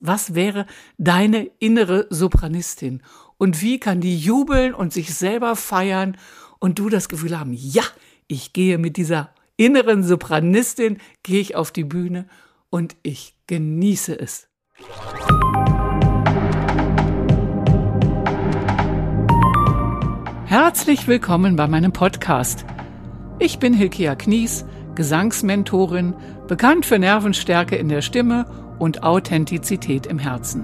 Was wäre deine innere Sopranistin? Und wie kann die jubeln und sich selber feiern und du das Gefühl haben, ja, ich gehe mit dieser inneren Sopranistin, gehe ich auf die Bühne und ich genieße es. Herzlich willkommen bei meinem Podcast. Ich bin Hilkia Knies, Gesangsmentorin, bekannt für Nervenstärke in der Stimme und Authentizität im Herzen.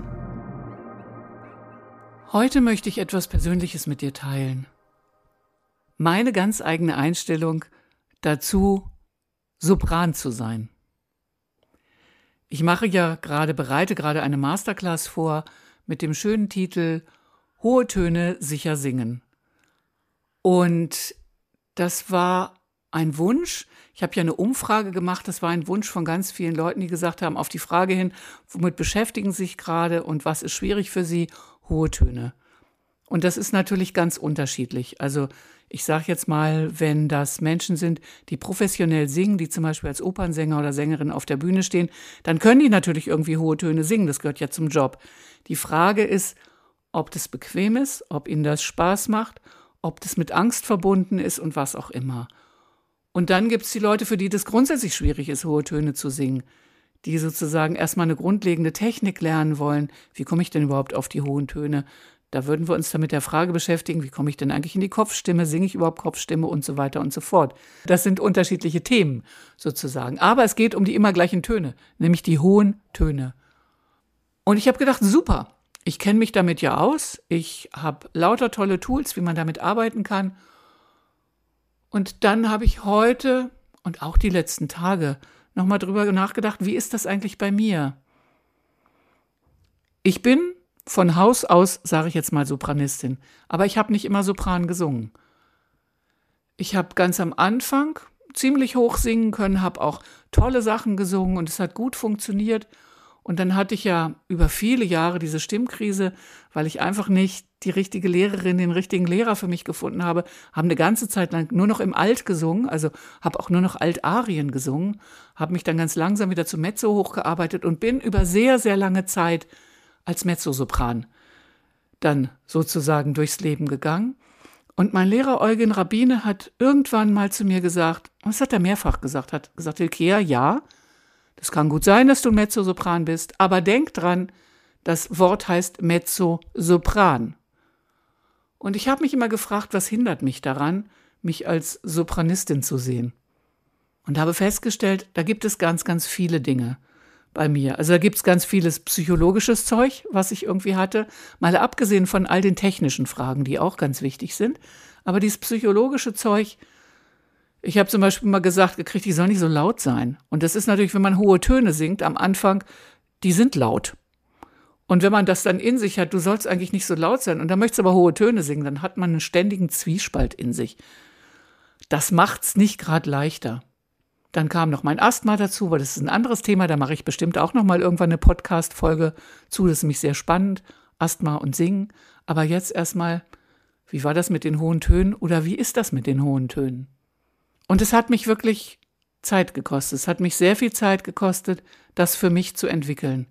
Heute möchte ich etwas Persönliches mit dir teilen. Meine ganz eigene Einstellung dazu, Sopran zu sein. Ich bereite gerade eine Masterclass vor mit dem schönen Titel Hohe Töne sicher singen. Und das war ein Wunsch. Ich habe ja eine Umfrage gemacht. Das war ein Wunsch von ganz vielen Leuten, die gesagt haben, auf die Frage hin, womit beschäftigen Sie sich gerade und was ist schwierig für Sie? Hohe Töne. Und das ist natürlich ganz unterschiedlich. Also ich sage jetzt mal, wenn das Menschen sind, die professionell singen, die zum Beispiel als Opernsänger oder Sängerin auf der Bühne stehen, dann können die natürlich irgendwie hohe Töne singen. Das gehört ja zum Job. Die Frage ist, ob das bequem ist, ob ihnen das Spaß macht, ob das mit Angst verbunden ist und was auch immer. Und dann gibt es die Leute, für die das grundsätzlich schwierig ist, hohe Töne zu singen, die sozusagen erstmal eine grundlegende Technik lernen wollen. Wie komme ich denn überhaupt auf die hohen Töne? Da würden wir uns dann mit der Frage beschäftigen, wie komme ich denn eigentlich in die Kopfstimme? Singe ich überhaupt Kopfstimme und so weiter und so fort? Das sind unterschiedliche Themen sozusagen. Aber es geht um die immer gleichen Töne, nämlich die hohen Töne. Und ich habe gedacht, super. Ich kenne mich damit ja aus. Ich habe lauter tolle Tools, wie man damit arbeiten kann. Und dann habe ich heute und auch die letzten Tage nochmal drüber nachgedacht, wie ist das eigentlich bei mir? Ich bin von Haus aus, sage ich jetzt mal, Sopranistin. Aber ich habe nicht immer Sopran gesungen. Ich habe ganz am Anfang ziemlich hoch singen können, habe auch tolle Sachen gesungen und es hat gut funktioniert. Und dann hatte ich ja über viele Jahre diese Stimmkrise, weil ich einfach nicht die richtige Lehrerin, den richtigen Lehrer für mich gefunden habe eine ganze Zeit lang nur noch im Alt gesungen, also habe auch nur noch Altarien gesungen, habe mich dann ganz langsam wieder zu Mezzo hochgearbeitet und bin über sehr, sehr lange Zeit als Mezzosopran dann sozusagen durchs Leben gegangen. Und mein Lehrer Eugen Rabine hat irgendwann mal zu mir gesagt, und das hat er mehrfach gesagt, hat gesagt, Hilkia, ja, das kann gut sein, dass du Mezzosopran bist, aber denk dran, das Wort heißt Mezzosopran. Und ich habe mich immer gefragt, was hindert mich daran, mich als Sopranistin zu sehen? Und habe festgestellt, da gibt es ganz, ganz viele Dinge bei mir. Also da gibt es ganz vieles psychologisches Zeug, was ich irgendwie hatte, mal abgesehen von all den technischen Fragen, die auch ganz wichtig sind. Aber dieses psychologische Zeug, ich habe zum Beispiel mal gesagt gekriegt, die soll nicht so laut sein. Und das ist natürlich, wenn man hohe Töne singt am Anfang, die sind laut. Und wenn man das dann in sich hat, du sollst eigentlich nicht so laut sein und dann möchtest du aber hohe Töne singen, dann hat man einen ständigen Zwiespalt in sich. Das macht's nicht gerade leichter. Dann kam noch mein Asthma dazu, weil das ist ein anderes Thema, da mache ich bestimmt auch noch mal irgendwann eine Podcast-Folge zu, das ist nämlich sehr spannend, Asthma und Singen. Aber jetzt erstmal, wie war das mit den hohen Tönen oder wie ist das mit den hohen Tönen? Und es hat mich wirklich Zeit gekostet, es hat mich sehr viel Zeit gekostet, das für mich zu entwickeln.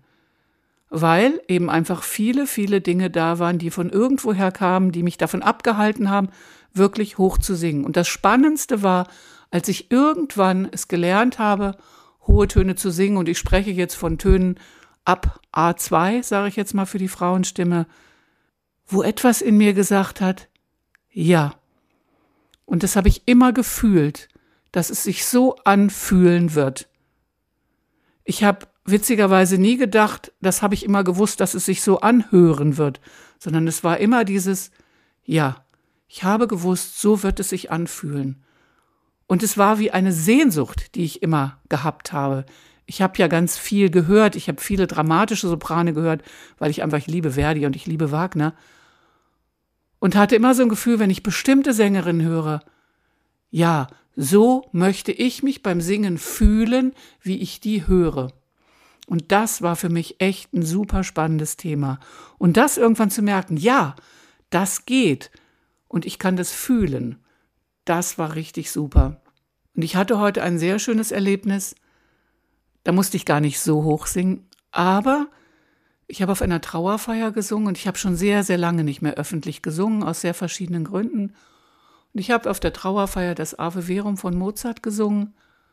Weil eben einfach viele, viele Dinge da waren, die von irgendwoher kamen, die mich davon abgehalten haben, wirklich hoch zu singen. Und das Spannendste war, als ich irgendwann es gelernt habe, hohe Töne zu singen, und ich spreche jetzt von Tönen ab A2, sage ich jetzt mal für die Frauenstimme, wo etwas in mir gesagt hat, ja. Und das habe ich immer gefühlt, dass es sich so anfühlen wird. Ich habe witzigerweise nie gedacht, das habe ich immer gewusst, dass es sich so anhören wird, sondern es war immer dieses, ja, ich habe gewusst, so wird es sich anfühlen. Und es war wie eine Sehnsucht, die ich immer gehabt habe. Ich habe ja ganz viel gehört, ich habe viele dramatische Soprane gehört, weil ich liebe Verdi und ich liebe Wagner. Und hatte immer so ein Gefühl, wenn ich bestimmte Sängerinnen höre, ja, so möchte ich mich beim Singen fühlen, wie ich die höre. Und das war für mich echt ein super spannendes Thema. Und das irgendwann zu merken, ja, das geht und ich kann das fühlen, das war richtig super. Und ich hatte heute ein sehr schönes Erlebnis. Da musste ich gar nicht so hoch singen, aber Ich habe auf einer Trauerfeier gesungen und ich habe schon sehr, sehr lange nicht mehr öffentlich gesungen, aus sehr verschiedenen Gründen. Und ich habe auf der Trauerfeier das Ave Verum von Mozart gesungen.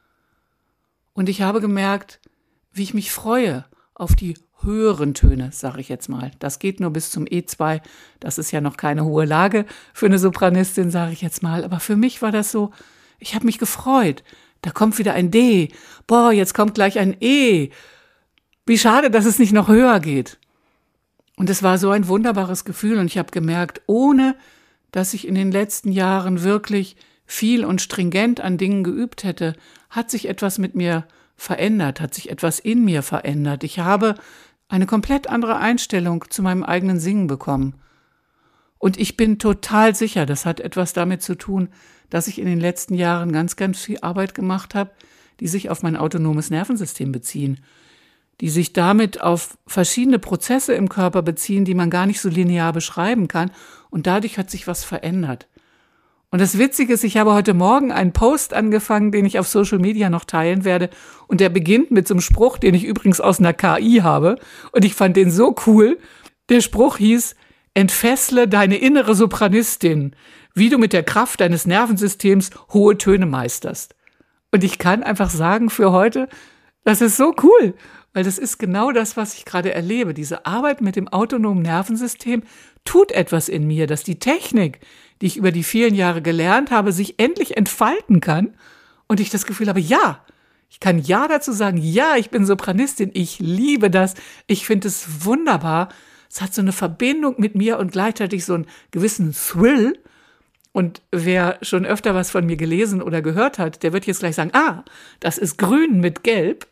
Und ich habe gemerkt, wie ich mich freue auf die höheren Töne, sage ich jetzt mal. Das geht nur bis zum E2. Das ist ja noch keine hohe Lage für eine Sopranistin, sage ich jetzt mal. Aber für mich war das so, ich habe mich gefreut. Da kommt wieder ein D. Boah, jetzt kommt gleich ein E. Wie schade, dass es nicht noch höher geht. Und es war so ein wunderbares Gefühl. Und ich habe gemerkt, ohne dass ich in den letzten Jahren wirklich viel und stringent an Dingen geübt hätte, hat sich etwas mit mir verändert, hat sich etwas in mir verändert. Ich habe eine komplett andere Einstellung zu meinem eigenen Singen bekommen. Und ich bin total sicher, das hat etwas damit zu tun, dass ich in den letzten Jahren ganz, ganz viel Arbeit gemacht habe, die sich auf mein autonomes Nervensystem beziehen, die sich damit auf verschiedene Prozesse im Körper beziehen, die man gar nicht so linear beschreiben kann. Und dadurch hat sich was verändert. Und das Witzige ist, ich habe heute Morgen einen Post angefangen, den ich auf Social Media noch teilen werde. Und der beginnt mit so einem Spruch, den ich übrigens aus einer KI habe. Und ich fand den so cool. Der Spruch hieß: Entfessle deine innere Sopranistin, wie du mit der Kraft deines Nervensystems hohe Töne meisterst. Und ich kann einfach sagen für heute, das ist so cool, weil das ist genau das, was ich gerade erlebe. Diese Arbeit mit dem autonomen Nervensystem tut etwas in mir, dass die Technik, die ich über die vielen Jahre gelernt habe, sich endlich entfalten kann und ich das Gefühl habe, ja, ich kann ja dazu sagen, ja, ich bin Sopranistin, ich liebe das, ich finde es wunderbar. Es hat so eine Verbindung mit mir und gleichzeitig so einen gewissen Thrill. Und wer schon öfter was von mir gelesen oder gehört hat, der wird jetzt gleich sagen, das ist grün mit gelb.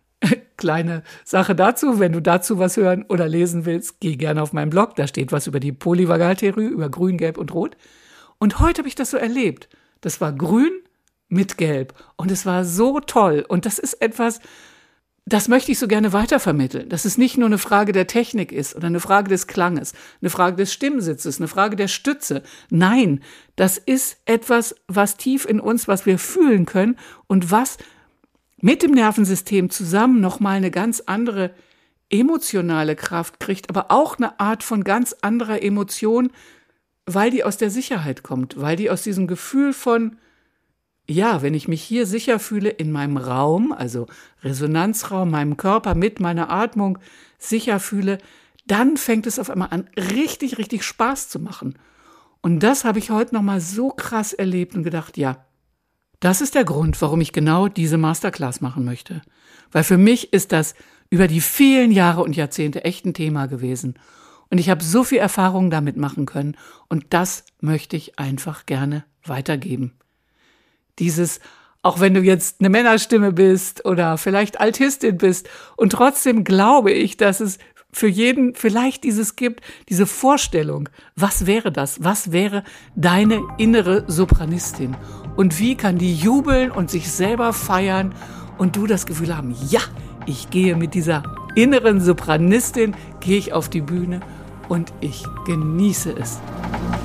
Kleine Sache dazu, wenn du dazu was hören oder lesen willst, geh gerne auf meinen Blog, da steht was über die Polyvagaltheorie, über grün, gelb und rot. Und heute habe ich das so erlebt. Das war grün mit gelb und es war so toll. Und das ist etwas, das möchte ich so gerne weitervermitteln, dass es nicht nur eine Frage der Technik ist oder eine Frage des Klanges, eine Frage des Stimmsitzes, eine Frage der Stütze. Nein, das ist etwas, was tief in uns, was wir fühlen können und was mit dem Nervensystem zusammen nochmal eine ganz andere emotionale Kraft kriegt, aber auch eine Art von ganz anderer Emotion, weil die aus der Sicherheit kommt, weil die aus diesem Gefühl von, ja, wenn ich mich hier sicher fühle in meinem Raum, also Resonanzraum, meinem Körper mit meiner Atmung sicher fühle, dann fängt es auf einmal an, richtig, richtig Spaß zu machen. Und das habe ich heute nochmal so krass erlebt und gedacht, ja, das ist der Grund, warum ich genau diese Masterclass machen möchte. Weil für mich ist das über die vielen Jahre und Jahrzehnte echt ein Thema gewesen. Und ich habe so viel Erfahrung damit machen können. Und das möchte ich einfach gerne weitergeben. Dieses, auch wenn du jetzt eine Männerstimme bist oder vielleicht Altistin bist und trotzdem glaube ich, dass es für jeden vielleicht dieses gibt, diese Vorstellung, was wäre das? Was wäre deine innere Sopranistin? Und wie kann die jubeln und sich selber feiern und du das Gefühl haben, ja, ich gehe mit dieser inneren Sopranistin, gehe ich auf die Bühne und ich genieße es.